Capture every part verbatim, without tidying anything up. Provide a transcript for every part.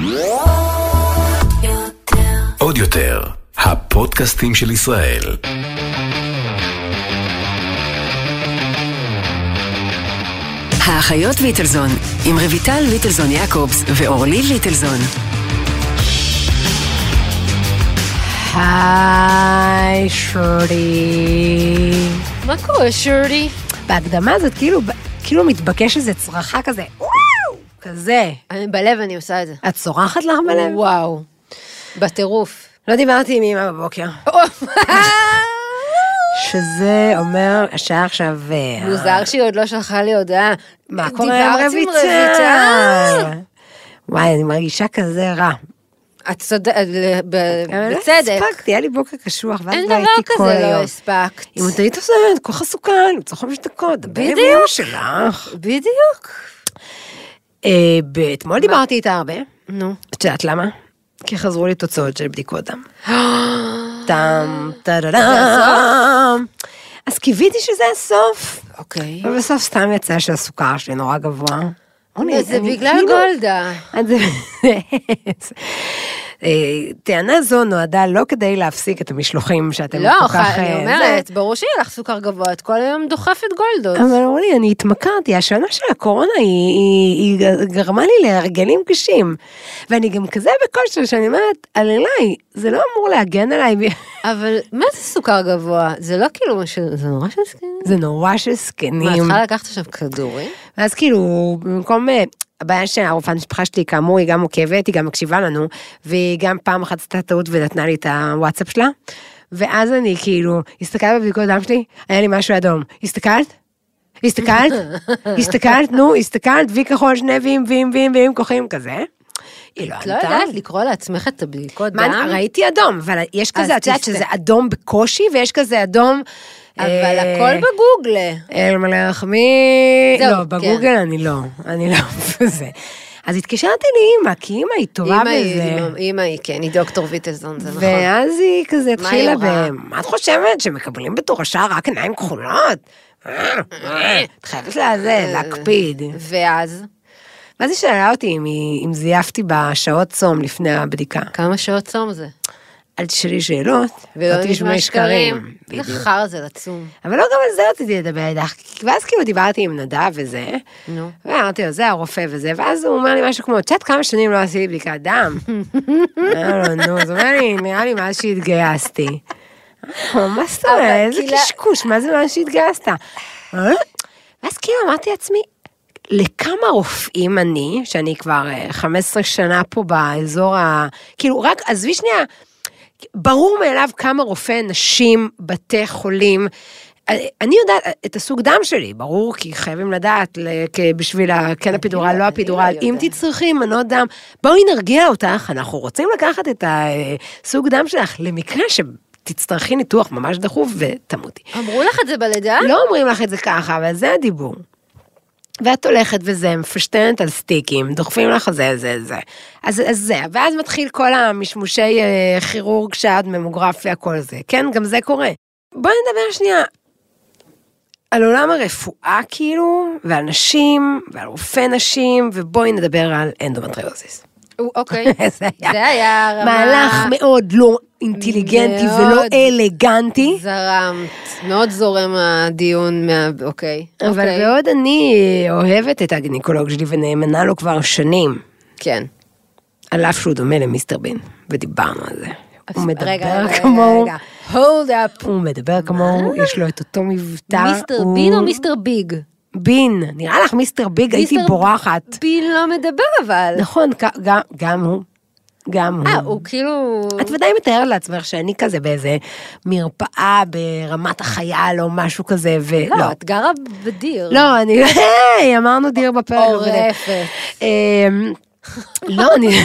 עוד יותר, הפודקאסטים של ישראל. האחיות ויטלזון, עם רויטל ויטלזון יעקובס ואורלי ויטלזון. היי שורי. מה קורה שורי? בהקדמה הזאת כאילו, כאילו מתבקש איזה צרחה כזה, וואו, כזה. אני בלב אני עושה את זה. את צורחת לך בלב? וואו, בטירוף. לא דיברתי עם אמא בבוקר. שזה אומר, השעה עכשיו... מוזר שהיא עוד לא שלחה לי הודעה. מה קורה עם רויטל? וואי, אני מרגישה כזה רע. את צודקת, בצדק. לא הספקתי, היה לי בוקר קשוח, ואז אין לא הייתי דבר כל כזה, היום. לא הספקת. אם את היית עושה, את כל חסוקה, אני צריך חמש דקות, דבר עם אמא שלך. בדיוק. אתמול דיברתי איתה הרבה. נו. את יודעת למה? כי חזרו לי תוצאות של בדיקות דם. טם, טה-דה-דם. אז קיוויתי שזה הסוף. אוקיי. ובסוף סתם יצא שהסוכר שלי נורא גבוה. זה בגלל גולדה. טענה זו נועדה לא כדי להפסיק את המשלוחים שאתם לא, כל כך... אני אומרת, ברור שיהיה לך סוכר גבוה, את כל היום דוחפת גולדות. אבל אמרו לי, אני התמכרתי, השנה של הקורונה היא גרמה לי להרגלים קשים, ואני גם כזה בכושר שאני אומרת, על אליי, זה לא אמור להגן עליי. אבל מה זה סוכר גבוה? זה לא כאילו, זה נורא של סקנים? זה נורא של סקנים. מה, את צריכה לקחת עכשיו כדורים? ואז כאילו, במקום... הבעיה שהרופאת משפחה שלי, כאמור, היא גם עוקבת, היא גם מקשיבה לנו, והיא גם פעם אחת עשתה טעות ונתנה לי את הוואטסאפ שלה, ואז אני כאילו, הסתכלת בבדיקות דם שלי, היה לי משהו אדום. הסתכלת? הסתכלת? הסתכלת? נו, הסתכלת, וי כחול שני ויים, ויים, ויים, ויים, כוחים כזה. היא לא את לא יודעת לקרוא לעצמך את הבדיקות דם? ראיתי אדום, אבל יש כזה, את יודעת שזה אדום בקושי, ויש כזה אדום... אבל הכל בגוגל. אל מלך מי... לא, בגוגל אני לא, אני לא בזה. אז התקשרתי לאמא, כי אמא היא טובה בזה. אמא היא, כן, היא דוקטור ויטלזון, זה נכון. ואז היא כזה התחילה ב... מה את חושבת, שמקבלים בתורשה רק עיניים כחולות? את חייבת לזה, להקפיד. ואז? ואז היא שאלה אותי אם זייפתי בשעות צום לפני הבדיקה. כמה שעות צום זה? אל תשאלי שאלות, ולא נשמע שקרים. זה חר זה לצום. אבל לא גם על זה רציתי לדבר איתך, ואז כאילו דיברתי עם נדב וזה, ואמרתי לו, זה הרופא וזה, ואז הוא אומר לי משהו כמו, תשעת כמה שנים לא עשיתי בדיקת דם. לא, נו, זה אומר לי, נראה לי מאז שהתגייסתי. מה זאת אומרת, איזה קשקוש, מה זה מאז שהתגייסת? ואז כאילו אמרתי לעצמי, לכמה רופאים אני, שאני כבר חמש עשרה שנה פה באזור ה... כאילו, רק, עזבי שנייה, ברור מאליו כמה רופאי נשים, בתי חולים, אני יודעת את הסוג דם שלי, ברור, כי חייבים לדעת, בשביל כן הפידורל, לא הפידורל, אם תצטרכי מנות דם, בואי נרגיע אותך, אנחנו רוצים לקחת את הסוג דם שלך, למקרה שתצטרכי ניתוח ממש דחוף ותמותי. אמרו לך את זה בלידה? לא אומרים לך את זה ככה, אבל זה הדיבור. ואת הולכת וזה, מפשטנת על סטיקים, דוחפים לך זה, זה, זה. אז, אז זה, ואז מתחיל כל המשמושי אה, כירורג, שעד, ממוגרפיה, כל זה. כן, גם זה קורה. בואי נדבר שנייה, על עולם הרפואה כאילו, ועל נשים, ועל רופאי נשים, ובואי נדבר על אנדומטריוזיס. אוקיי, זה היה רמה... מהלך מאוד לא אינטליגנטי ולא אלגנטי. זרמת, מאוד זורם הדיון, אוקיי. אבל בעוד אני אוהבת את הגינקולוג שלי ונאמנה לו כבר שנים. כן. על אף שהוא דומה למיסטר בין, ודיברנו על זה. הוא מדבר רגע, כמו... רגע, hold up. הוא מדבר כמו, יש לו את אותו מבטא. מיסטר בין או מיסטר ביג? בין, נראה לך מיסטר ביג, הייתי בורחת. בין לא מדבר אבל. נכון, גם הוא. גם הוא. אה, הוא כאילו... את ודאי מתארת לעצמך שאני כזה באיזה מרפאה ברמת החייל או משהו כזה, ולא. לא, את גרה בדיר. לא, אני... היי, אמרנו דיר בפרק. עורפת. לא, אני...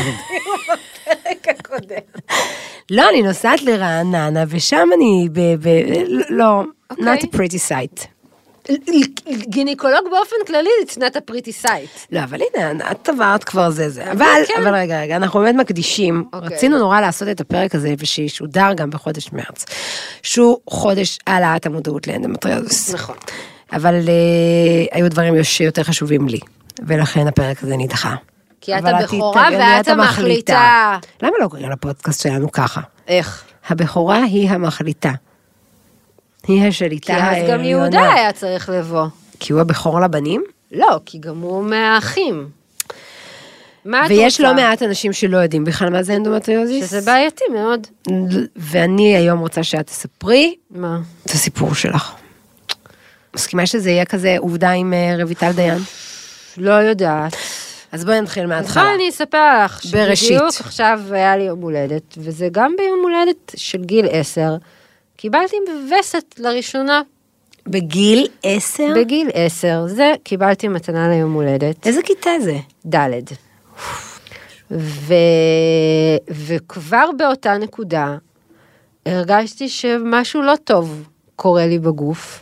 לא, אני נוסעת לרעננה, ושם אני ב... לא, not a pretty sight. גינקולוג באופן כללי, it's not a pretty sight. לא, אבל הנה, את עברת כבר זה זה. אבל, אבל רגע, רגע, אנחנו באמת מקדישים. רצינו נורא לעשות את הפרק הזה, ושישודר גם בחודש מרץ. שהוא חודש העלאת המודעות לאנדומטריוזיס. נכון. אבל היו דברים שיותר חשובים לי, ולכן הפרק הזה נדחה. כי את אבל הבכורה ת- ואת המחליטה. למה לא קוראים לפודקאסט שלנו ככה? איך? הבכורה היא המחליטה. היא כי השליטה אז העליונה. גם יהודה היה צריך לבוא. כי הוא הבכור לבנים? לא, כי גם הוא מהאחים. מה את ויש רוצה? לא מעט אנשים שלא יודעים בכלל מה זה אנדומטריוזיס. שזה בעייתי מאוד. ואני היום רוצה שאת תספרי מה? את הסיפור שלך. מסכימה שזה יהיה כזה עובדה עם אה, רויטל דיין? לא יודעת. אז בואי נתחיל אז מההתחלה. בואי אני אספר לך, בראשית. שבדיוק עכשיו היה לי יום הולדת, וזה גם ביום הולדת של גיל עשר, קיבלתי וסת לראשונה. בגיל עשר? בגיל עשר, זה קיבלתי מתנה ליום הולדת. איזה כיתה זה? ד'. ו... וכבר באותה נקודה, הרגשתי שמשהו לא טוב קורה לי בגוף,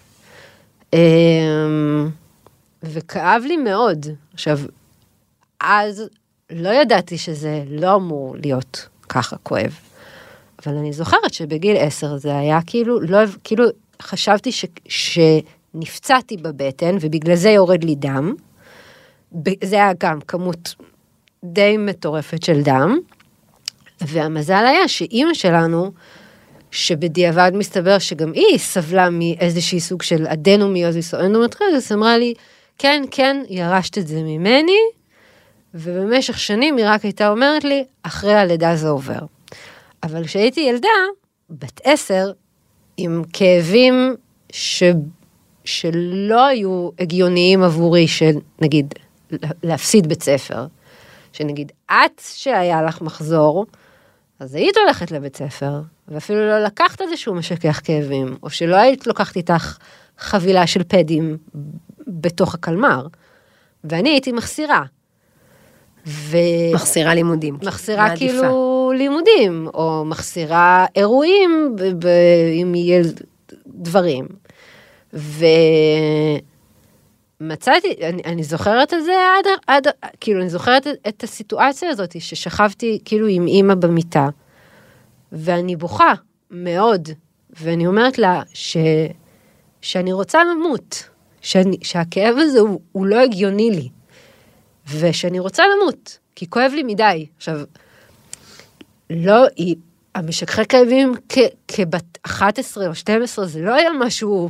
וכאב לי מאוד. עכשיו, אז לא ידעתי שזה לא אמור להיות ככה כואב, אבל אני זוכרת שבגיל עשר זה היה כאילו, לא, כאילו חשבתי ש, שנפצעתי בבטן, ובגלל זה יורד לי דם, זה היה גם כמות די מטורפת של דם, והמזל היה שאימא שלנו, שבדיעבד מסתבר שגם היא סבלה מאיזושהי סוג של אדנומיוזיס או אנדומטריוזיס, אמרה לי, כן, כן, ירשת את זה ממני, ובמשך שנים היא רק הייתה אומרת לי, אחרי הלידה זה עובר. אבל כשהייתי ילדה, בת עשר, עם כאבים ש... שלא היו הגיוניים עבורי, שנגיד, להפסיד בית ספר, שנגיד, את שהיה לך מחזור, אז היית הולכת לבית ספר, ואפילו לא לקחת איזשהו משכך כאבים, או שלא היית לוקחת איתך חבילה של פדים בתוך הקלמר, ואני הייתי מחסירה. ו... מחסירה לימודים. מחסירה מעדיפה. כאילו לימודים, או מחסירה אירועים, ב- ב- עם ילד דברים. ומצאתי, אני, אני זוכרת את זה עד, עד, כאילו אני זוכרת את, את הסיטואציה הזאת, ששכבתי כאילו עם אימא במיטה, ואני בוכה מאוד, ואני אומרת לה ש, שאני רוצה למות, שאני, שהכאב הזה הוא, הוא לא הגיוני לי, ושאני רוצה למות, כי כואב לי מדי. עכשיו, לא, היא, המשככי כאבים כ, כבת אחת עשרה או שתים עשרה, זה לא היה משהו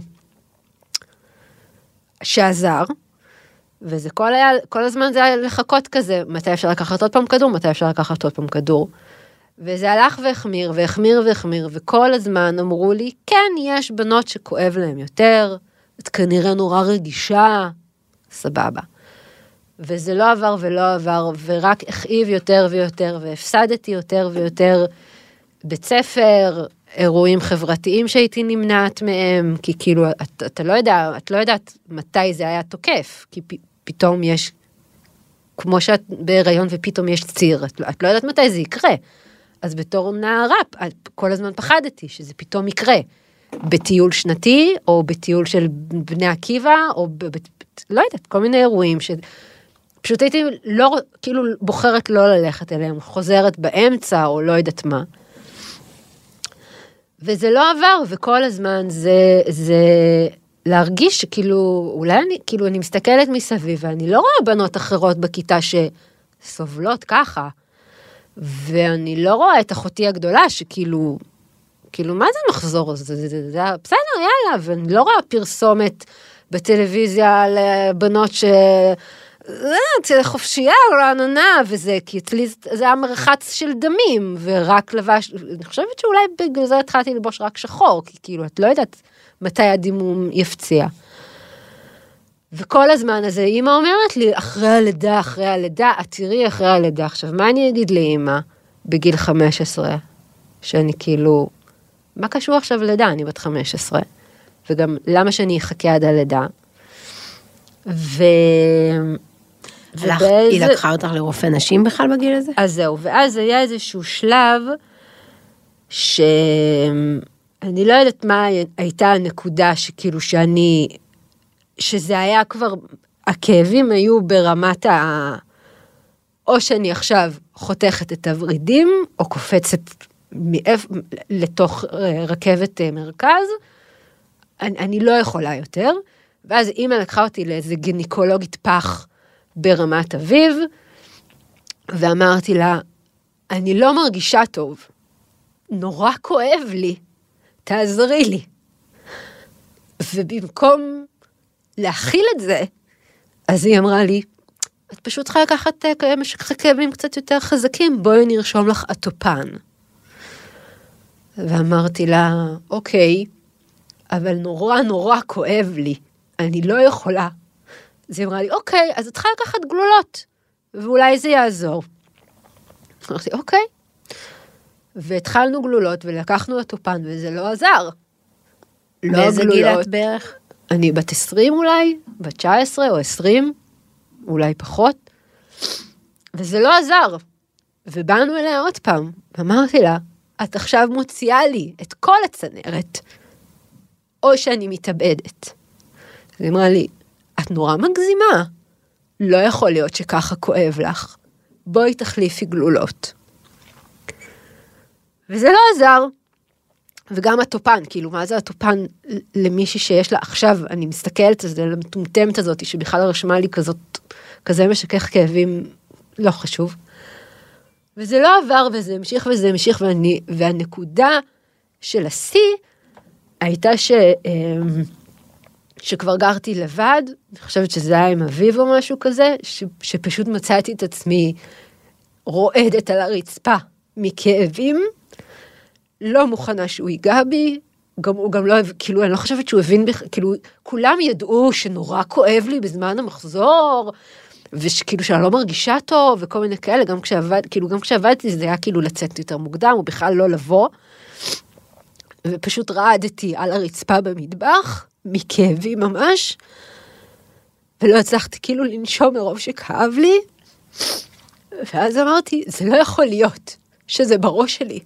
שעזר, וזה כל, היה, כל הזמן זה היה לחכות כזה, מתי אפשר לקחת עוד פעם כדור, מתי אפשר לקחת עוד פעם כדור. וזה הלך והחמיר, והחמיר והחמיר, וכל הזמן אמרו לי, כן, יש בנות שכואב להם יותר, את כנראה נורא רגישה, סבבה. וזה לא עבר ולא עבר, ורק הכאיב יותר ויותר, והפסדתי יותר ויותר בית ספר, אירועים חברתיים שהייתי נמנעת מהם, כי כאילו, את, אתה לא יודע, את לא יודעת מתי זה היה תוקף, כי פ, פתאום יש, כמו שאת בהיריון ופתאום יש ציר, את, את לא יודעת מתי זה יקרה. אז בתור נערה, כל הזמן פחדתי שזה פתאום יקרה, בטיול שנתי, או בטיול של בני עקיבא, או ב, ב, לא יודעת, כל מיני אירועים ש... פשוט הייתי לא, כאילו בוחרת לא ללכת אליהם, חוזרת באמצע או לא יודעת מה. וזה לא עבר, וכל הזמן זה, זה להרגיש שכאילו, אולי אני, כאילו אני מסתכלת מסביב, ואני לא רואה בנות אחרות בכיתה שסובלות ככה, ואני לא רואה את אחותי הגדולה שכאילו, כאילו מה זה מחזור? זה, זה, זה, זה, בסדר, יאללה, ואני לא רואה פרסומת בטלוויזיה על בנות ש... זה חופשייה או רעננה, וזה, כי אצלי זה היה מרחץ של דמים, ורק לבש, אני חושבת שאולי בגלל זה התחלתי לבוש רק שחור, כי כאילו, את לא יודעת מתי הדימום יפציע. וכל הזמן הזה, אמא אומרת לי, אחרי הלידה, אחרי הלידה, את תראי אחרי הלידה. עכשיו, מה אני אגיד לאמא בגיל חמש עשרה? שאני כאילו, מה קשור עכשיו לידה? אני בת חמש עשרה. וגם, למה שאני אחכה עד הלידה? ו... הלך, ובאיזה... היא לקחה אותך לרופא נשים בכלל בגיל הזה? אז זהו, ואז היה איזשהו שלב, שאני לא יודעת מה הייתה הנקודה, שכאילו שאני, שזה היה כבר, הכאבים היו ברמת ה... או שאני עכשיו חותכת את הורידים, או קופצת מאיפ... לתוך רכבת מרכז, אני, אני לא יכולה יותר, ואז אמא לקחה אותי לאיזה גינקולוגית פח ברמת אביב, ואמרתי לה, אני לא מרגישה טוב, נורא כואב לי, תעזרי לי. ובמקום להכיל את זה, אז היא אמרה לי, את פשוט צריכה לקחת משככי כאבים קצת יותר חזקים, בואי נרשום לך אטופן. ואמרתי לה, אוקיי, אבל נורא נורא כואב לי, אני לא יכולה. אז היא אמרה לי, אוקיי, אז את צריכה לקחת גלולות, ואולי זה יעזור. אמרתי, אוקיי. והתחלנו גלולות, ולקחנו אטופן, וזה לא עזר. לא באיזה גיל את בערך? אני בת עשרים אולי, בת תשע עשרה או עשרים, אולי פחות, וזה לא עזר. ובאנו אליה עוד פעם, ואמרתי לה, את עכשיו מוציאה לי את כל הצנרת, או שאני מתאבדת. היא אמרה לי, את נורא מגזימה, לא יכול להיות שככה כואב לך, בואי תחליפי גלולות. וזה לא עזר, וגם הטופן, כאילו מה זה הטופן למישהי שיש לה עכשיו, אני מסתכלת על זה, למטומטמת הזאת, שבכלל רשמה לי כזאת, כזה משכך כאבים, לא חשוב. וזה לא עבר, וזה המשיך וזה המשיך, ואני, והנקודה של השיא, הייתה ש, שכבר גרתי לבד, אני חושבת שזה היה עם אביב או משהו כזה, ש, שפשוט מצאתי את עצמי רועדת על הרצפה מכאבים, לא מוכנה שהוא ייגע בי, גם, הוא גם לא, כאילו, אני לא חושבת שהוא הבין, כאילו, כולם ידעו שנורא כואב לי בזמן המחזור, וכאילו שאני לא מרגישה טוב, וכל מיני כאלה, גם כשעבד, כאילו, גם כשעבדתי, זה היה כאילו לצאת יותר מוקדם, או בכלל לא לבוא, ופשוט רעדתי על הרצפה במטבח, מכאבי ממש, ולא הצלחתי כאילו לנשום מרוב שכאב לי, ואז אמרתי, זה לא יכול להיות, שזה בראש שלי.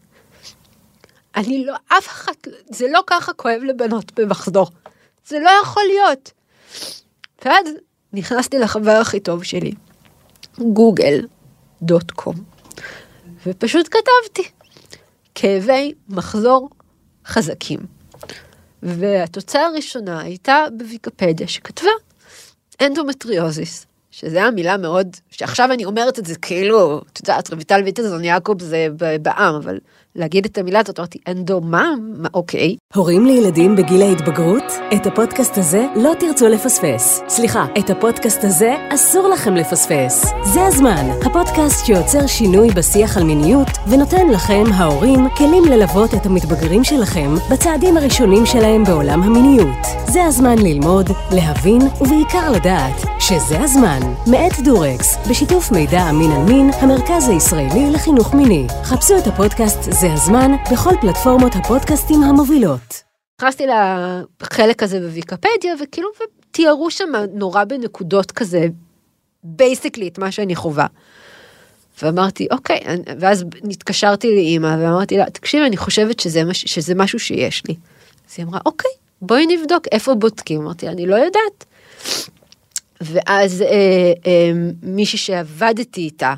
אני לא, אף אחת, זה לא ככה כואב לבנות במחזור. זה לא יכול להיות. ואז נכנסתי לחבר הכי טוב שלי, גוגל דוט קום, ופשוט כתבתי, כאבי מחזור חזקים. והתוצאה הראשונה הייתה בוויקיפדיה שכתבה, אנדומטריוזיס, שזה המילה מאוד, שעכשיו אני אומרת את זה כאילו, את יודעת, רויטל ויטלזון יעקוב זה בעם, אבל להגיד את המילה הזאת, אמרתי, אנדו מה? אוקיי. הורים לילדים בגיל ההתבגרות? את הפודקאסט הזה לא תרצו לפספס. סליחה, את הפודקאסט הזה אסור לכם לפספס. זה הזמן, הפודקאסט שיוצר שינוי בשיח על מיניות, ונותן לכם, ההורים, כלים ללוות את המתבגרים שלכם בצעדים הראשונים שלהם בעולם המיניות. זה הזמן ללמוד, להבין, ובעיקר לדעת שזה הזמן. מאת דורקס, בשיתוף מידע אמין על מין, המרכז הישראלי לחינוך מיני. חפשו את הפודקאסט זה הזמן בכל פלטפורמות הפודקאסטים המובילות. נכנסתי לחלק הזה בוויקיפדיה, וכאילו תיארו שם נורא בנקודות כזה, בייסיקלי את מה שאני חובה. ואמרתי, אוקיי, ואז נתקשרתי לאמא, ואמרתי לה, תקשיב, אני חושבת שזה, שזה משהו שיש לי. אז היא אמרה, אוקיי, בואי נבדוק איפה בודקים. אמרתי, אני לא יודעת. ואז אה, אה, מישהי שעבדתי איתה,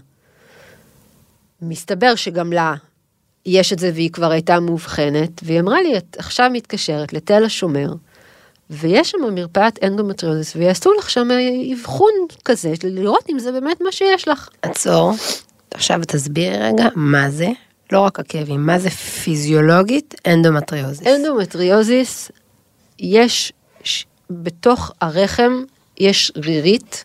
מסתבר שגם לה יש את זה, והיא כבר הייתה מאובחנת, והיא אמרה לי, את עכשיו מתקשרת לתל השומר, ויש שם מרפאת אנדומטריוזיס, ויעשו לך שם אבחון כזה, לראות אם זה באמת מה שיש לך. עצור, עכשיו תסביר רגע, מה זה? לא רק הכאבים, מה זה פיזיולוגית אנדומטריוזיס? אנדומטריוזיס, יש בתוך הרחם, יש רירית,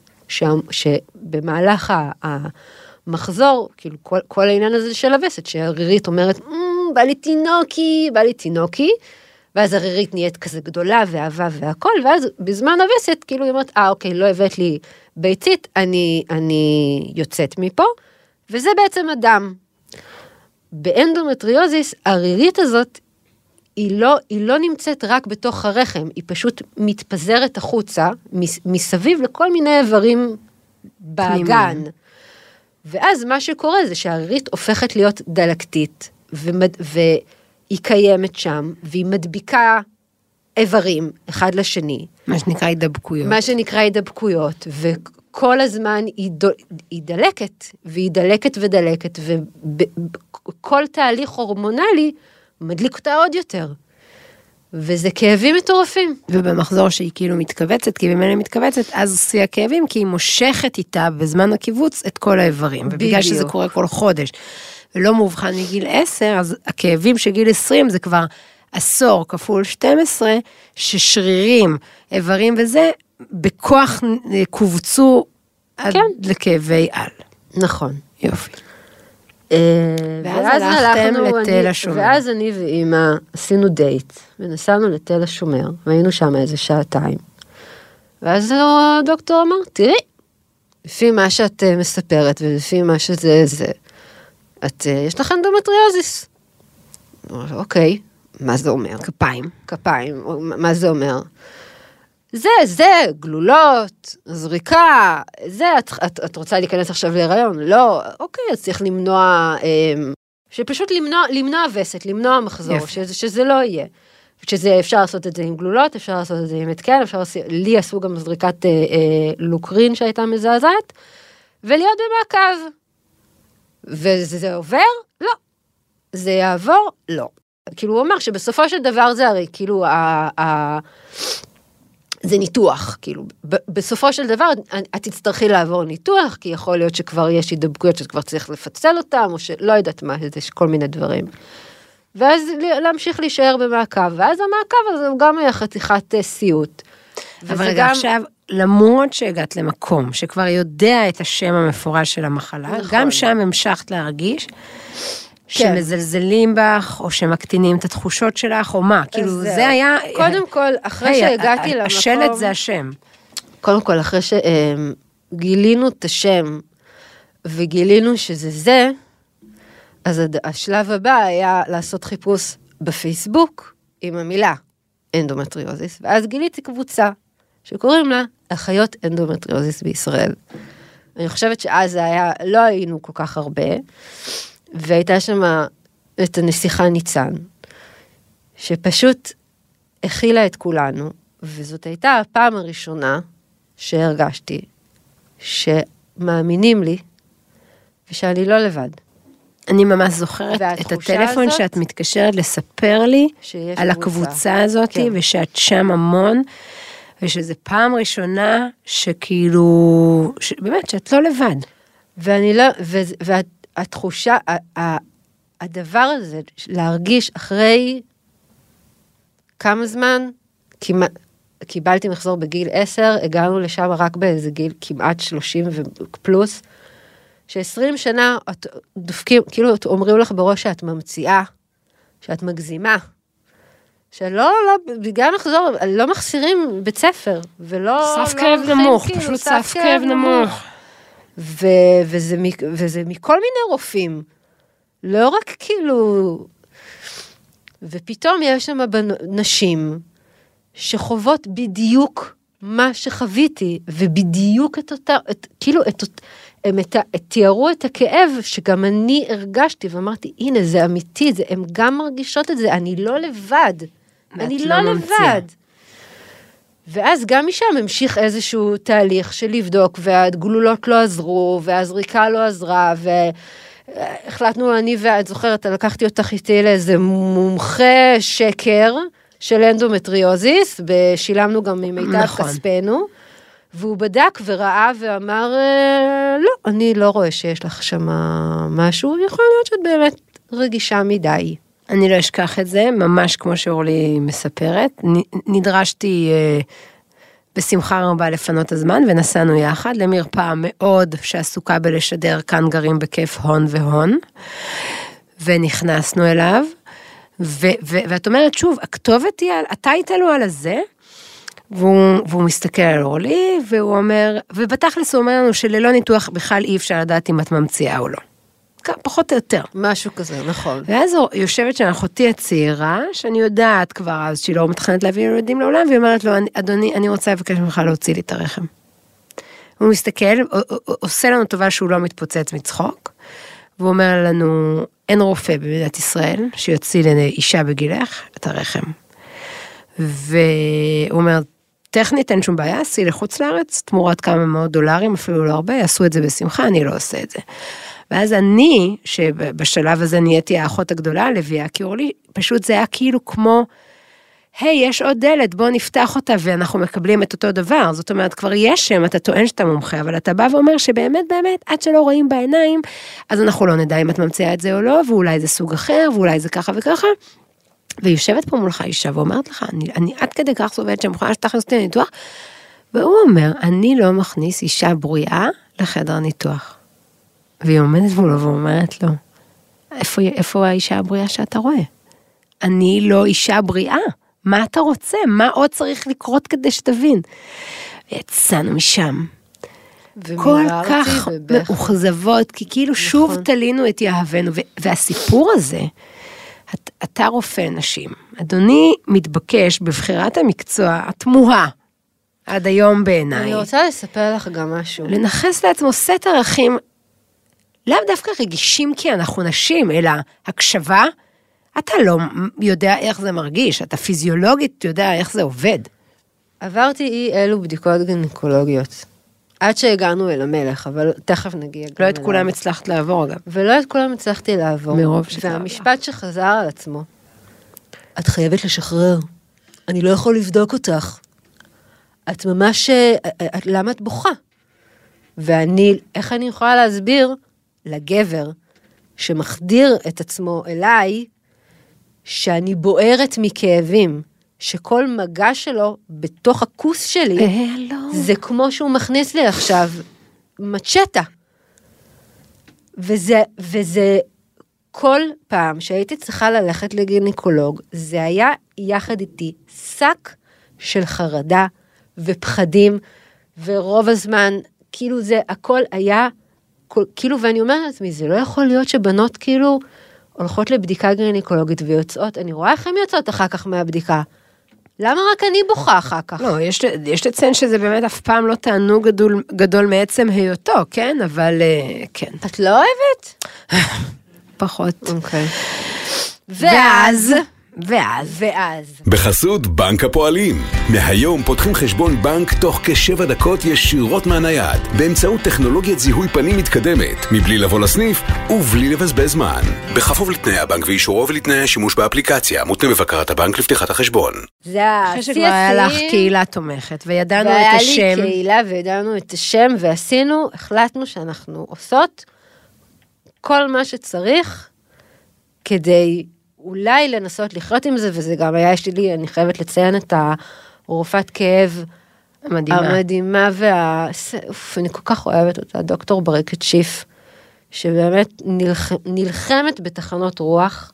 שבמהלך המחזור, כאילו כל, כל העניין הזה של הווסת, שהרירית אומרת, בא לי תינוקי, בא לי תינוקי, ואז הרירית נהיית כזה גדולה, ואהבה והכל, ואז בזמן הווסת, כאילו היא אומרת, אה, אוקיי, לא הבאת לי ביצית, אני, אני יוצאת מפה, וזה בעצם הדם. באנדומטריוזיס, הרירית הזאת, היא לא, היא לא נמצאת רק בתוך הרחם, היא פשוט מתפזרת החוצה, מסביב לכל מיני איברים באגן. ואז מה שקורה זה שהרירית הופכת להיות דלקתית, ומד... והיא קיימת שם, והיא מדביקה איברים אחד לשני. מה שנקרא הידבקויות. מה שנקרא הידבקויות, וכל הזמן היא, דו... היא דלקת, והיא דלקת ודלקת, וכל תהליך הורמונלי מדליק אותה עוד יותר. וזה כאבים מטורפים. ובמחזור שהיא כאילו מתכווצת, כי במילא מתכווצת, אז שיא הכאבים, כי היא מושכת איתה בזמן הקיבוץ את כל האיברים. ובגלל שזה קורה כל חודש, ולא מובחן מגיל עשר, אז הכאבים של גיל עשרים זה כבר עשור כפול שתים עשרה, ששרירים, איברים וזה, בכוח קובצו עד לכאבי על. נכון. יופי. ואז הלכתם לתל השומר. ואז אני ואמא עשינו דייט, ונסענו לתל השומר, והיינו שם איזה שעתיים. ואז הדוקטור אמר, תראי, לפי מה שאת מספרת, ולפי מה שזה זה, את, יש לך אנדומטריוזיס. אוקיי, מה זה אומר? כפיים. כפיים, מה זה אומר? זה, זה, גלולות, זריקה, זה, את, את, את רוצה להיכנס עכשיו להיריון? לא, אוקיי, אז צריך למנוע, אה, שפשוט למנוע, למנוע וסת, למנוע מחזור, שזה, שזה לא יהיה. שזה אפשר לעשות את זה עם גלולות, אפשר לעשות את זה עם התקן, אפשר לעשות, לי עשו גם זריקת אה, אה, לוקרין שהייתה מזעזעת, ולהיות במעקב. וזה זה עובר? לא. זה יעבור? לא. כאילו הוא אומר שבסופו של דבר זה הרי, כאילו, ה... ה זה ניתוח, כאילו, בסופו של דבר, את תצטרכי לעבור ניתוח, כי יכול להיות שכבר יש הידבקויות, שכבר צריך לפצל אותם, או שלא יודעת מה, יש כל מיני דברים. ואז להמשיך להישאר במעקב, ואז המעקב הזה הוא גם היה חתיכת סיוט. אבל רגע, גם... עכשיו, למרות שהגעת למקום, שכבר יודע את השם המפורש של המחלה, נכון. גם שם המשכת להרגיש, שמזלזלים בך, או שמקטינים את התחושות שלך, או מה, כאילו זה היה... קודם כל, אחרי שהגעתי למקום... השלט זה השם. קודם כל, אחרי שגילינו את השם, וגילינו שזה זה, אז השלב הבא היה לעשות חיפוש בפייסבוק, עם המילה אנדומטריוזיס, ואז גיליתי קבוצה, שקוראים לה אחיות אנדומטריוזיס בישראל. אני חושבת שאז זה היה, לא היינו כל כך הרבה, והייתה שם את הנסיכה ניצן, שפשוט הכילה את כולנו, וזאת הייתה הפעם הראשונה שהרגשתי, שמאמינים לי, ושאני לא לבד. אני ממש זוכרת את הטלפון הזאת, שאת מתקשרת לספר לי על הקבוצה הזאת, כן. ושאת שם המון, ושזה פעם ראשונה שכאילו, ש... באמת שאת לא לבד. ואני לא, ו... ואת, התחושה, הדבר הזה, להרגיש אחרי כמה זמן, קיבלתי מחזור בגיל עשר, הגענו לשם רק באיזה גיל כמעט שלושים ופלוס, ש-עשרים שנה דופקים, כאילו אומרים לך בראש שאת ממציאה, שאת מגזימה, שלא, לא, בגלל מחזור, לא מחסירים בית ספר, ולא... סף כאב נמוך, פשוט סף כאב נמוך. ו- וזה, וזה מכל מיני רופאים, לא רק כאילו, ופתאום יש שם נשים, שחוות בדיוק מה שחוויתי, ובדיוק את אותה, את, כאילו, את, הם את, את, תיארו את הכאב, שגם אני הרגשתי, ואמרתי, הנה, זה אמיתי, זה, הם גם מרגישות את זה, אני לא לבד, אני לא, לא לבד. ואז גם משם המשיך איזשהו תהליך של לבדוק, והגלולות לא עזרו, והזריקה לא עזרה, והחלטנו, אני ואת זוכרת, לקחתי אותך איתי לאיזה מומחה שקר, של אנדומטריוזיס, ושילמנו גם ממיטב נכון. כספנו, והוא בדק וראה ואמר, לא, אני לא רואה שיש לך שם משהו, יכול להיות שאת באמת רגישה מדי. אני לא אשכח את זה, ממש כמו שאורלי מספרת, נדרשתי בשמחה רבה לפנות הזמן, ונסענו יחד למרפאה מאוד שעסוקה בלשדר כאן גרים בכיף הון והון, ונכנסנו אליו, ו- ו- ואת אומרת שוב, הכתובת היא, אתה איתנו על הזה, והוא, והוא מסתכל על אורלי, והוא אומר, ובתכלס הוא אומר לנו שללא ניתוח בכלל אי אפשר לדעת אם את ממציאה או לא. פחות או יותר. משהו כזה, נכון. ואז יושבת שם אחותי הצעירה, שאני יודעת כבר אז שהיא לא מתכנת להביא ילדים לעולם, והיא אומרת לו, אדוני, אני רוצה לבקש ממך להוציא לי את הרחם. הוא מסתכל, עושה לנו טובה שהוא לא מתפוצץ מצחוק, והוא אומר לנו, אין רופא במדינת ישראל, שיוציא לאישה בגילך את הרחם. והוא אומר, טכנית אין שום בעיה, עשי לחוץ לארץ, תמורת כמה מאות דולרים, אפילו לא הרבה, יעשו את זה בשמחה, אני לא עושה את זה. ואז אני, שבשלב הזה נהייתי האחות הגדולה, לביאה, כי אורלי, פשוט זה היה כאילו כמו היי, יש עוד דלת, בוא נפתח אותה, ואנחנו מקבלים את אותו דבר. זאת אומרת, כבר יש שם, אתה טוען שאתה מומחה, אבל אתה בא ואומר שבאמת, באמת, עד שלא רואים בעיניים, אז אנחנו לא נדע אם את ממציאה את זה או לא, ואולי זה סוג אחר, ואולי זה ככה וככה. ויושבת פה מולך אישה, ואומרת לך, אני, אני עד כדי כך סובבת שמוכנה שתכניס אותי לניתוח, והוא אומר, אני לא מכניס אישה בריאה לחדר ניתוח. והיא עומדת מולו ואומרת לו, איפה, איפה האישה הבריאה שאתה רואה? אני לא אישה בריאה. מה אתה רוצה? מה עוד צריך לקרות כדי שתבין? ויצאנו משם. כל כך מאוכזבות, כי כאילו נכון. שוב תלינו את יהבנו, והסיפור הזה, אתה רופא נשים, אדוני מתבקש בבחירת המקצוע, התמוהה, עד היום בעיניי. אני רוצה לספר לך גם משהו. לנחס לעצמו סט ערכים, לאו דווקא רגישים כי אנחנו נשים, אלא הקשבה, אתה לא יודע איך זה מרגיש, אתה פיזיולוגית יודע איך זה עובד. עברתי אי אלו בדיקות גינקולוגיות, עד שהגענו אל המלך, אבל תכף נגיע. לא את כולם הצלחת לעבור אגב. ולא את כולם הצלחתי לעבור. מרוב שתעבור. והמשפט שחזר על עצמו, את חייבת לשחרר, אני לא יכול לבדוק אותך. את ממש, את, למה את בוכה? ואני, איך אני יכולה להסביר לגבר שמחדיר את עצמו אליי, שאני בוערת מכאבים, שכל מגע שלו בתוך הכוס שלי, אה, לא. זה כמו שהוא מכניס לי עכשיו מצ'טה. וזה, וזה כל פעם שהייתי צריכה ללכת לגינקולוג, זה היה יחד איתי שק של חרדה ופחדים, ורוב הזמן, כאילו זה הכל היה, כל, כאילו, ואני אומרת לעצמי, זה לא יכול להיות שבנות כאילו הולכות לבדיקה גינקולוגית ויוצאות, אני רואה איך הן יוצאות אחר כך מהבדיקה. למה רק אני בוכה אחר כך? לא, יש, יש לציין שזה באמת אף פעם לא תענוג גדול, גדול מעצם היותו, כן? אבל כן. את לא אוהבת? פחות. אוקיי. ואז... ואז, ואז. בחסות בנק הפועלים. מהיום פותחים חשבון בנק תוך כשבע דקות ישירות מהנייד, באמצעות טכנולוגיית זיהוי פנים מתקדמת, מבלי לבוא לסניף ובלי לבזבז זמן. בכפוף לתנאי הבנק ואישורו ולתנאי השימוש באפליקציה, מותנה בבקרת הבנק לפתיחת החשבון. זה אחרי שכבר היה לך קהילה תומכת, וידענו את השם. והיה לי קהילה וידענו את השם, ועשינו, החלטנו שאנחנו עושות כל מה שצריך כדי אולי לנסות לחיות עם זה, וזה גם היה שלי, אני חייבת לציין את הרופאת כאב המדהימה, המדהימה וה... אוף, אני כל כך אוהבת אותה, דוקטור ברקת שיף, שבאמת נלח... נלחמת בתחנות רוח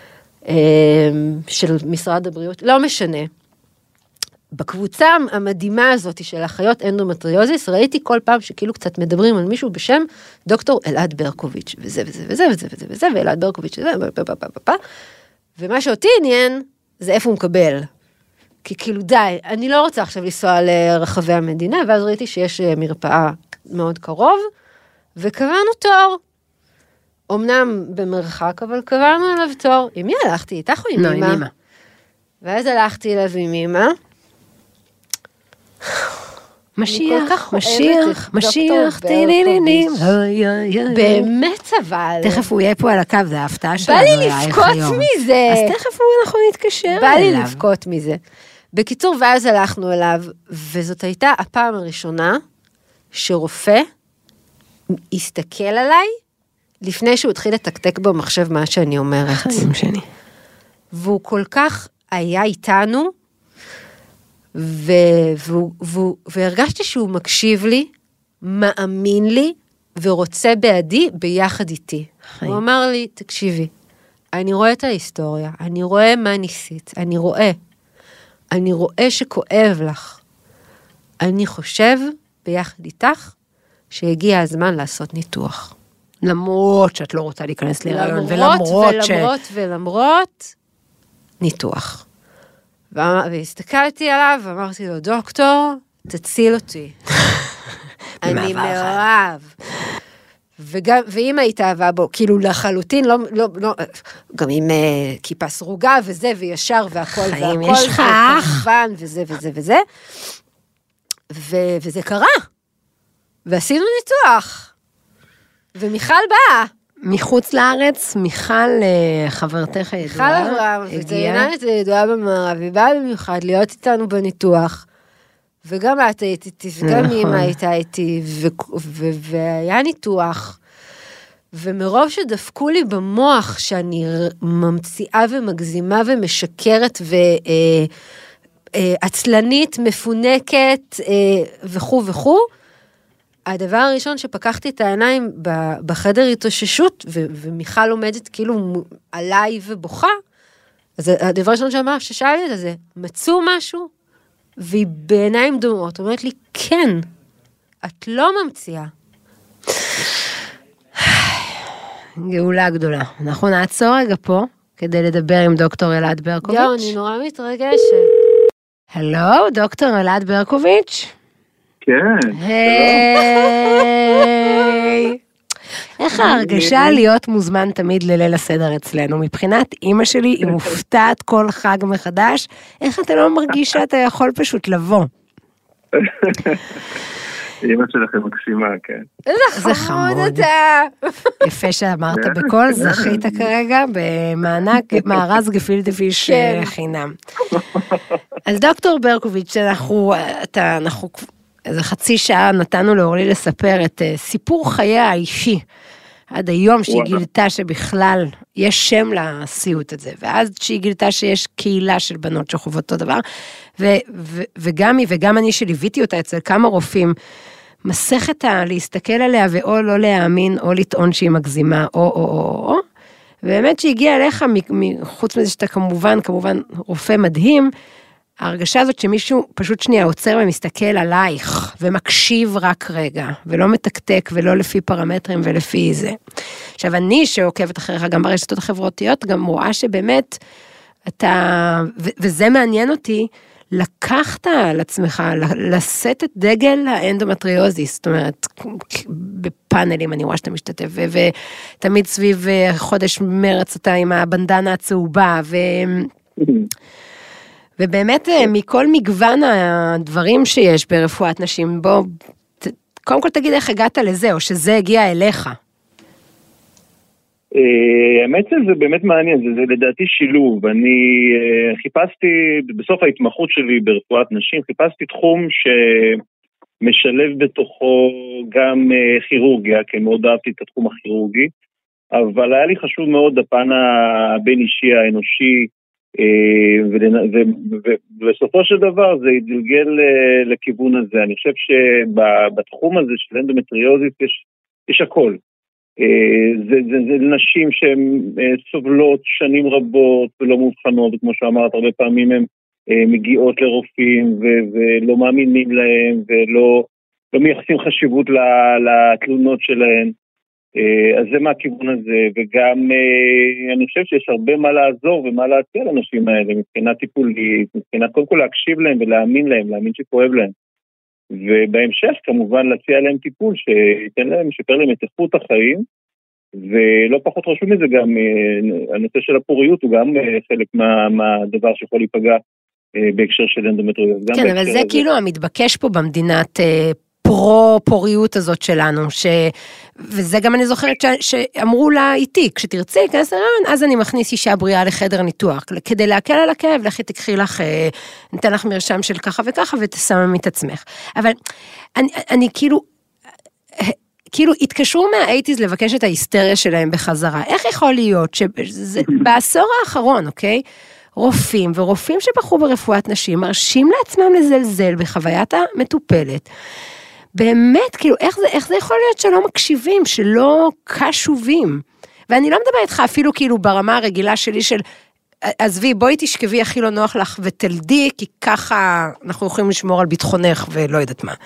של משרד הבריאות, לא משנה. בקבוצה המדהימה הזאת של אחיות אנדומטריוזיס, ראיתי כל פעם שכאילו קצת מדברים על מישהו בשם דוקטור אלעד ברקוביץ', וזה וזה וזה וזה וזה וזה, ואלעד ברקוביץ' וזה, ומה שאותי עניין, זה איפה הוא מקבל. כי כאילו די, אני לא רוצה עכשיו לנסוע לרחבי המדינה, ואז ראיתי שיש מרפאה מאוד קרוב, וקבענו תור. אמנם במרחק, אבל קבענו עליו תור. עם מי הלכתי? איתך או עם אמא? לא, עם אמא. ואז הלכתי אליו עם אמא. משיח, משיח, משיח, תהילילים. באמת אבל. תכף הוא יהיה פה על הקו, זה ההפתעה שלנו. בא לי לבכות מזה. אז תכף אנחנו נתקשר אליו. בא לי לבכות מזה. בקיצור, ואז הלכנו אליו, וזאת הייתה הפעם הראשונה שרופא הסתכל עליי, לפני שהוא התחיל לתקתק במחשב מה שאני אומרת. חיים שני. והוא כל כך היה איתנו, ו... והוא... והוא... והרגשתי שהוא מקשיב לי, מאמין לי, ורוצה בעדי ביחד איתי. חיים. הוא אמר לי, תקשיבי, אני רואה את ההיסטוריה, אני רואה מה ניסית, אני רואה, אני רואה שכואב לך. אני חושב ביחד איתך, שהגיע הזמן לעשות ניתוח. למרות שאת לא רוצה להיכנס להיריון, ולמרות ש... ולמרות ולמרות ניתוח. והסתכלתי עליו, ואמרתי לו, דוקטור, תציל אותי. אני מאוהב. וגם, ואמא התאהבה בו, כאילו לחלוטין, לא, לא, לא, גם עם uh, כיפה סרוגה וזה, וישר והכל, חיים, והכל, יש לך. וכמובן, וזה וזה וזה. ו, וזה קרה. ועשינו ניתוח. ומיכל באה. מחוץ לארץ, מיכל, חברתך הידועה, מיכל אברהם, וטרינרית ידועה במערב, היא באה במיוחד להיות איתנו בניתוח, וגם את היית איתי, וגם אמא הייתה איתי, והיה ניתוח, ומרוב שדפקו לי במוח, שאני ממציאה ומגזימה ומשקרת, ועצלנית, מפונקת, וכו' וכו', הדבר הראשון שפקחתי את העיניים בחדר התאוששות, ומיכל עומדת כאילו עליי ובוכה, אז הדבר הראשון שאמר, ששאלתי את זה, מצאו משהו? והיא בעיניים דומעות, אומרת לי, כן, את לא ממציאה. גאולה גדולה. אנחנו נעצור רגע פה, כדי לדבר עם דוקטור אלעד ברקוביץ'. יואו, אני נורא מתרגשת. הלו, דוקטור אלעד ברקוביץ'? כן. היי. איך ההרגשה להיות מוזמן תמיד לליל הסדר אצלנו? מבחינת אמא שלי, היא מופתעת כל חג מחדש, איך אתה לא מרגיש שאתה יכול פשוט לבוא? אמא שלכם מקסימה, כן. איזה חמוד אתה. יפה שאמרת בכל, זכית כרגע במענק מארז גפילטע פיש חינם. אז דוקטור ברקוביץ', אנחנו, אתה, אנחנו... איזה חצי שעה נתנו לאורלי לספר את סיפור חייה האישי, עד היום שהיא גילתה שבכלל יש שם לסיוט הזה, ואז שהיא גילתה שיש קהילה של בנות שחוות אותו דבר, ו- ו- וגם היא וגם אני שליוויתי אותה אצל כמה רופאים, מסכת להסתכל עליה ואו לא להאמין, או לטעון שהיא מגזימה, או או או או, ובאמת שהגיעה אליך, חוץ מזה שאתה כמובן, כמובן רופא מדהים, ההרגשה הזאת שמישהו פשוט שנייה עוצר ומסתכל עלייך, ומקשיב רק רגע, ולא מתקתק, ולא לפי פרמטרים ולפי זה. עכשיו, אני שעוקבת אחריך גם ברשתות החברתיות, גם רואה שבאמת, אתה, ו- וזה מעניין אותי, לקחת על עצמך, לשאת את דגל האנדומטריוזיס, זאת אומרת, בפאנלים אני רואה שאתה משתתף, ו- ותמיד סביב חודש מרץ אתה עם הבנדנה הצהובה, ו... ובאמת, מכל מגוון הדברים שיש ברפואת נשים, בוא, קודם כל תגיד איך הגעת לזה, או שזה הגיע אליך. האמת שזה באמת מעניין, זה לדעתי שילוב. אני חיפשתי, בסוף ההתמחות שלי ברפואת נשים, חיפשתי תחום שמשלב בתוכו גם כירורגיה, כי מאוד אהבתי את התחום הכירורגי, אבל היה לי חשוב מאוד הפן הבין אישי האנושי, ובסופו של דבר זה יתגלגל לכיוון הזה. אני חושב שבתחום הזה של אנדומטריוזיס יש, יש הכל. זה, זה, זה נשים שהן סובלות שנים רבות ולא מובחנות, וכמו שאמרת, הרבה פעמים הן מגיעות לרופאים ולא מאמינים להם ולא לא מייחסים חשיבות לתלונות שלהן. אז זה מהכיוון הזה, וגם אני חושב שיש הרבה מה לעזור ומה להציע לאנשים האלה, מבחינה טיפולית, מבחינה קודם כל להקשיב להם ולהאמין להם, להאמין שכואב להם. ובהמשך כמובן להציע להם טיפול שייתן להם, ישפר להם את איכות החיים, ולא פחות חשוב מזה גם, הנושא של הפוריות הוא גם חלק מה, מהדבר שיכול להיפגע בהקשר של אנדומטריוזיס. כן, אבל זה הזה. כאילו המתבקש פה במדינת פרו-פוריות הזאת שלנו, ש... וזה גם אני זוכרת ש... שאמרו לה איתי, כשתרצי, כנס הרעיון, אז אני מכניס אישה בריאה לחדר ניתוח, כדי להקל על הכאב, לכי תקחי לך, ניתן לך מרשם של ככה וככה, ותשמם את עצמך. אבל אני, אני כאילו, כאילו התקשרו מהאייטיז לבקש את ההיסטריה שלהם בחזרה. איך יכול להיות שבעשור האחרון, אוקיי? רופאים ורופאים שבחרו ברפואת נשים, מרשים לעצמם לזלזל בחוויית המטופלת, באמת, כאילו, איך זה, איך זה יכול להיות שלא מקשיבים, שלא קשובים? ואני לא מדבר איתך אפילו כאילו ברמה הרגילה שלי של, עזבי, בואי תשכבי הכי לא נוח לך ותלדי, כי ככה אנחנו יכולים לשמור על ביטחונך ולא יודעת מה.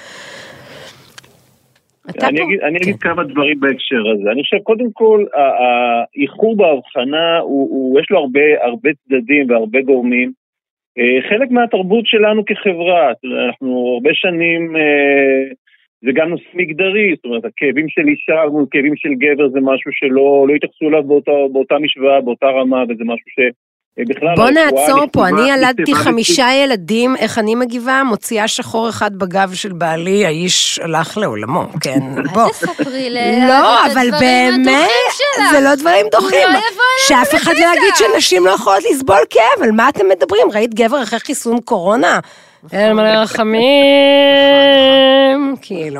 אני אגיד, אני אגיד כמה דברים בהקשר הזה. אני חושב, קודם כל, האיחור בהבחנה, הוא, הוא, יש לו הרבה, הרבה צדדים והרבה גורמים. חלק מהתרבות שלנו כחברה, אנחנו הרבה שנים, זה גם נושא מגדרי, זאת אומרת, הכאבים של אישה וכאבים של גבר זה משהו שלא לא יתייחסו אליו באותה, באותה משוואה, באותה רמה, וזה משהו בכלל... בוא נעצור פה, אני ילדתי חמישה ילדים, איך אני מגיבה? מוציאה שחור אחד בגב של בעלי, האיש הלך לעולמו, כן, בוא. אל תספרי לי, לא, אבל באמת, זה לא דברים דוחים. שאף אחד לא יגיד שנשים לא יכולות לסבול כאב, על מה אתם מדברים? ראית גבר אחרי חיסון קורונה? אין מלא רחמים, כאילו.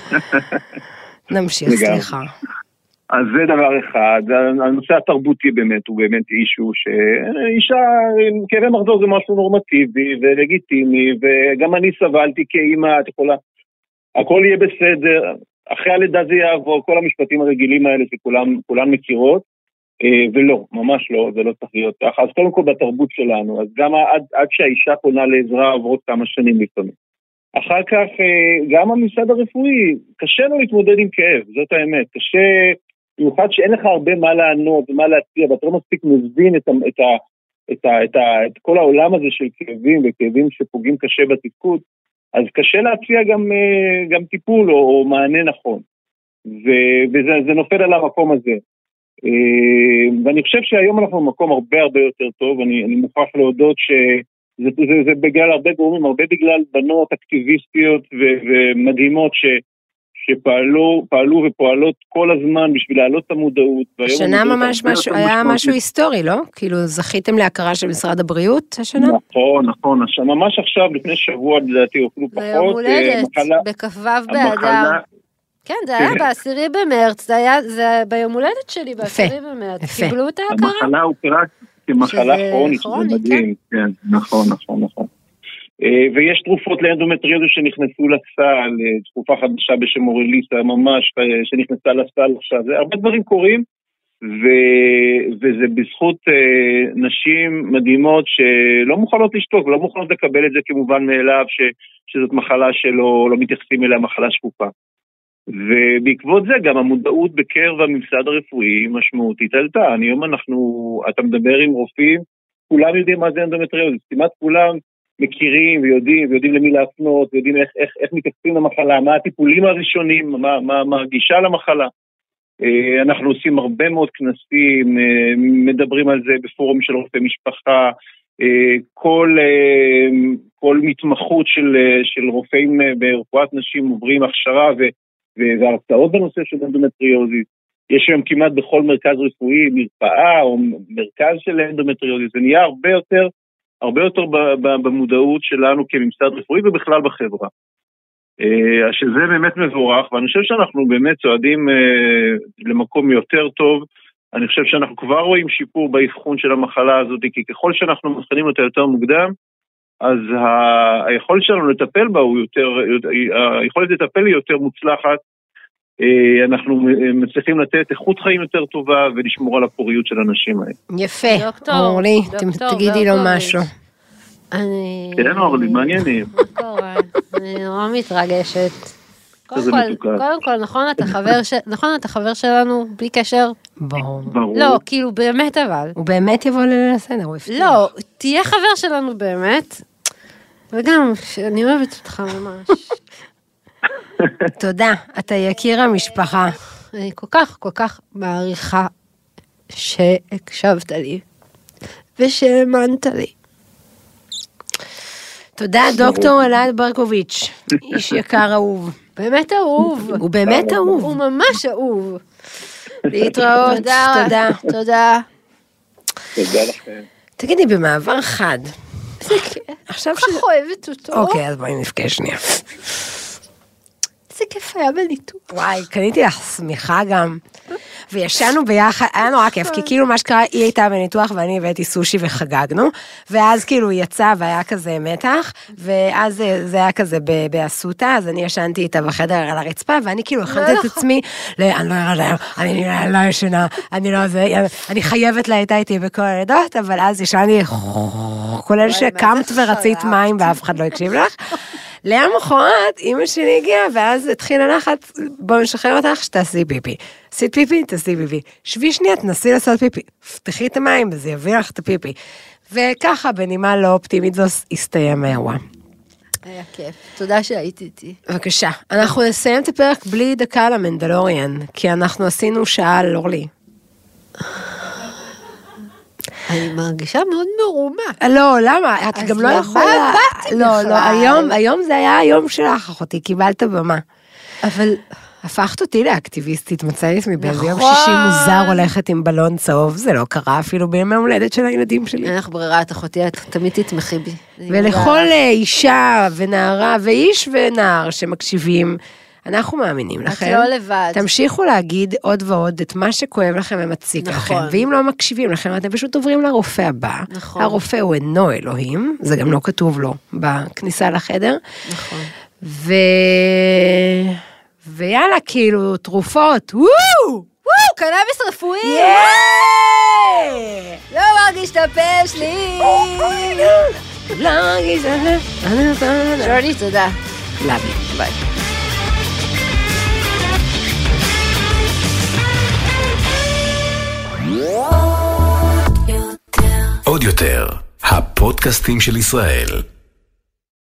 נמשיך, סליחה. אז זה דבר אחד, הנושא התרבותי באמת הוא באמת אישו, שאישה עם כאבי מחזור זה משהו נורמטיבי ולגיטימי, וגם אני סבלתי כאימא, את יכולה, הכל יהיה בסדר, אחרי הלידה זה יעבור, כל המשפטים הרגילים האלה שכולן מכירות, ולא, ממש לא, זה לא צריך להיות ככה, אז קודם כל בתרבות שלנו, אז גם עד, עד שהאישה פונה לעזרה עברות כמה שנים לפעמים. אחר כך, גם הממסד הרפואי, קשה לו להתמודד עם כאב, זאת האמת, קשה, במיוחד שאין לך הרבה מה לענות ומה להציע, ואתה לא מספיק מבין את, את, את, את, את כל העולם הזה של כאבים, וכאבים שפוגעים קשה בתפקוד, אז קשה להציע גם, גם טיפול או, או מענה נכון, ו, וזה זה נופל על המקום הזה. ואני חושב שהיום אנחנו במקום הרבה הרבה יותר טוב, אני, אני מוכרח להודות שזה זה, זה בגלל הרבה גורמים, הרבה בגלל בנות אקטיביסטיות ו, ומדהימות ש, שפעלו פעלו ופועלות כל הזמן בשביל להעלות את המודעות. השנה ממש משהו, היה משהו היסטורי, לא? כאילו זכיתם להכרה של משרד הבריאות השנה? נכון, נכון, השנה, ממש עכשיו לפני שבוע לדעתי אפילו פחות. זה יום הולדת, בכ"ו באדר. כן, זה היה בעשירי במרץ, זה היה, זה ביום הולדת שלי בעשירי במרץ, קיבלו את ההכרה. המחלה הוכרה כמחלה כרונית, זה מדהים, כן, נכון, נכון, נכון. ויש תרופות לאנדומטריוזיס שנכנסו לסל, תרופה חדשה בשם אורליסה, ממש, שנכנסה לסל עכשיו, זה הרבה דברים קורים, וזה בזכות נשים מדהימות שלא מוכנות לשתוק, ולא מוכנות לקבל את זה כמובן מאליו, שזאת מחלה שלא מתייחסים אליה, מחלה שקופה. ובעקבות זה גם המודעות בקרב הממסד הרפואי משמעותית עלתה. היום אנחנו, אתה מדבר עם רופאים, כולם יודעים מה זה אנדומטריוזיס, כמעט כולם מכירים ויודעים, ויודעים למי להפנות, ויודעים איך, איך, איך מתייחסים למחלה, מה הטיפולים הראשונים, מה, מה, מה הגישה למחלה. אנחנו עושים הרבה מאוד כנסים, מדברים על זה בפורום של רופאי משפחה, כל, כל מתמחות של, של רופאים ברפואת נשים עוברים הכשרה ו והרצאות בנושא של אנדומטריוזיס. יש היום כמעט בכל מרכז רפואי, מרפאה או מרכז של אנדומטריוזיס, זה נהיה הרבה יותר, הרבה יותר במודעות שלנו כממסד רפואי ובכלל בחברה. שזה באמת מבורך, ואני חושב שאנחנו באמת צועדים למקום יותר טוב, אני חושב שאנחנו כבר רואים שיפור באבחון של המחלה הזאת, כי ככל שאנחנו מבחינים אותה יותר מוקדם, אז היכולת שלנו לטפל בה הוא יותר, היכולת לטפל היא יותר מוצלחת, אנחנו מצליחים לתת איכות חיים יותר טובה ולשמור על הפוריות של האנשים האלה. יפה, אורלי, תגידי לו משהו. כן אורלי, מעניינים. מה קורה? אני נורא מתרגשת. קודם כל, נכון אתה חבר שלנו בלי קשר? ברור. לא, כאילו באמת אבל. הוא באמת יבוא לסדר, הוא הפתיע. לא, תהיה חבר שלנו באמת, וגם, אני אוהבת אותך ממש. תודה, אתה יקיר המשפחה. אני כל כך, כל כך מעריכה שהקשבת לי, ושהאמנת לי. תודה, דוקטור אלעד ברקוביץ', איש יקר אהוב. באמת אהוב. הוא באמת אהוב. הוא ממש אהוב. להתראות, תודה. תודה. תודה לכם. תגידי, במעבר חד. זה כיף. עכשיו ש... כך אוהבת אותו. אוקיי, אז בואי נפגש שנייה. איזה כיף היה בניתוח. וואי, קניתי לך סמיכה גם. וישנו ביחד, היה נורא כיף, כי כאילו מה שקרה, היא הייתה בניתוח ואני הבאתי סושי וחגגנו, ואז כאילו היא יצאה והיה כזה מתח, ואז זה היה כזה באסותא, אז אני ישנתי איתה בחדר על הרצפה, ואני כאילו הכנתי את עצמי, אני לא ירדה, אני לא ישנה, אני לא זה, אני חייבת לה הייתה איתי בכל הלידות, אבל אז ישנתי, כולל שקמת ורצית מים ואף אחד לא הקשיב לך, למחרת, אמא שלי הגיעה, ואז התחיל הלחץ, בואו נשחרר אותך שתעשי פיפי. עשית פיפי, תעשי פיפי. שבי שנייה, תנסי לעשות פיפי. פתחי את המים, וזה יביא לך את הפיפי. וככה, בנימה לא אופטימית זו, הסתיים האירוע. היה כיף. תודה שהיית איתי. בבקשה. אנחנו נסיים את הפרק בלי דקה למנדלוריאן, כי אנחנו עשינו שעה על אורלי. אני מרגישה מאוד מרומה. לא, למה? את גם לא יכולה. לא, לא, היום, היום זה היה היום שלך, אחותי, קיבלת במה. אבל... הפכת אותי לאקטיביסטית, מצאי עצמי באיזה יום שישי מוזר הולכת עם בלון צהוב, זה לא קרה אפילו בימי הולדת של הילדים שלי. אין לך ברירה, את אחותי, את תמיד תתמכי בי. ולכל אישה ונערה ואיש ונער שמקשיבים, אנחנו מאמינים לכם. את לא לבד. תמשיכו להגיד עוד ועוד את מה שכואב לכם ומציק לכם, ואם לא מקשיבים לכם, אתם פשוט עוברים לרופא הבא. נכון. הרופא הוא אינו אלוהים, זה גם לא כתוב לו בכניסה לחדר. נכון. ו... ויאללה, כאילו, תרופות, וואו! וואו, קנאביס רפואי! לא מרגיש את הפה שלי! לא מרגיש את הפה. שוני, תודה. לבי. ביי. עוד יותר, הפודקאסטים של ישראל.